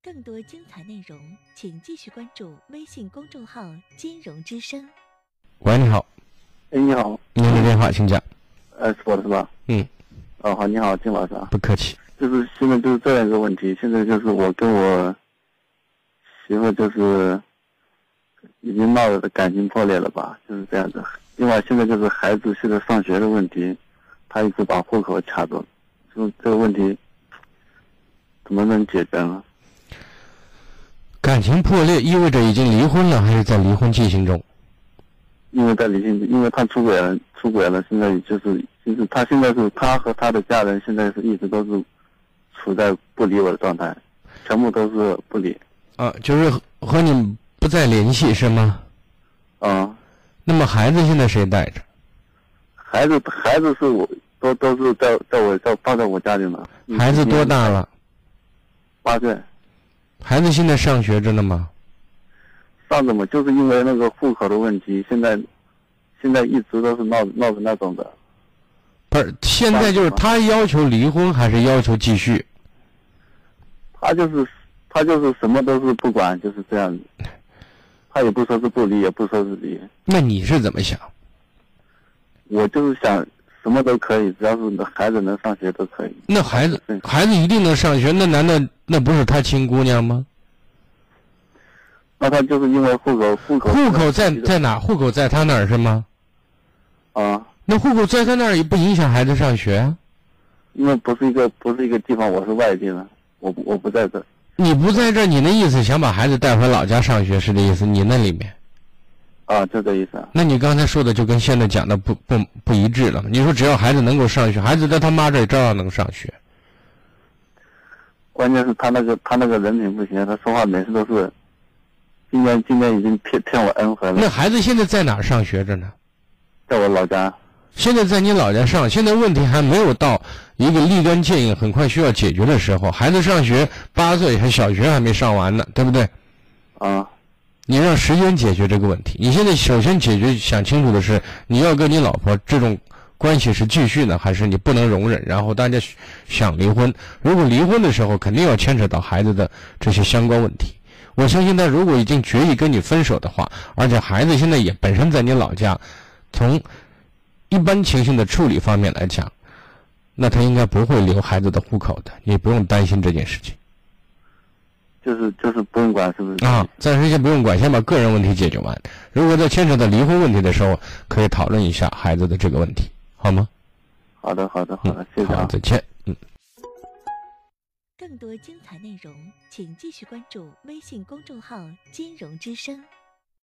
更多精彩内容，请继续关注微信公众号“金融之声”。 喂，你好。 哎，你好。 您的电话，请讲。 是我的是吧？哦，好，你好，金老师啊。 不客气。 就是现在就是这样一个问题，现在就是我跟我媳妇就是已经闹得感情破裂了吧，就是这样子。另外现在就是孩子现在上学的问题，他一直把户口卡住，就这个问题怎么能解决呢？ 感情破裂意味着已经离婚了，还是在离婚进行中？ 因为在离婚，因为他出轨了，现在就是他现在是他和他的家人现在是一直都是处在不理我的状态，全部都是不理。 啊，就是和你不再联系是吗？ 啊。 那么孩子现在谁带着？ 孩子是我都是放在我家里了。 孩子多大了 ？8岁。 孩子现在上学着呢吗？ 上着嘛，就是因为那个户口的问题，现在一直都是闹着那种的。 不是，现在就是他要求离婚还是要求继续？ 他就是什么都是不管，就是这样子。他也不说是不离，也不说是离。 那你是怎么想？ 我就是想什么都可以，只要是孩子能上学都可以。 那孩子一定能上学，那难道那不是他亲姑娘吗？ 那他就是因为户口在哪？户口在他那儿是吗？ 啊。 那户口在他那儿也不影响孩子上学啊。 因为不是一个地方，我是外地的，我不在这。 你不在这，你的意思想把孩子带回老家上学是这意思？你那里面？ 啊，就这意思。 那你刚才说的就跟现在讲的不一致了。你说只要孩子能够上学，孩子在他妈这儿照样能上学。 关键是他那个人品不行，他说话每次都是。今年已经骗我恩回了。 那孩子现在在哪儿上学着呢？ 在我老家。 现在在你老家上，现在问题还没有到一个立竿见影、很快需要解决的时候。孩子上学8岁，还小学还没上完呢，对不对？ 啊。 你让时间解决这个问题。你现在首先想清楚的是，你要跟你老婆这种关系是继续呢，还是你不能容忍，然后大家想离婚。如果离婚的时候，肯定要牵扯到孩子的这些相关问题。我相信他如果已经决意跟你分手的话，而且孩子现在也本身在你老家，从一般情形的处理方面来讲，那他应该不会留孩子的户口的，你不用担心这件事情。 就是不用管，是不是？ 啊，暂时先不用管，先把个人问题解决完。如果在牵扯到离婚问题的时候，可以讨论一下孩子的这个问题，好吗？ 好的，谢谢啊。 好，再见。 更多精彩内容，请继续关注微信公众号“金融之声”。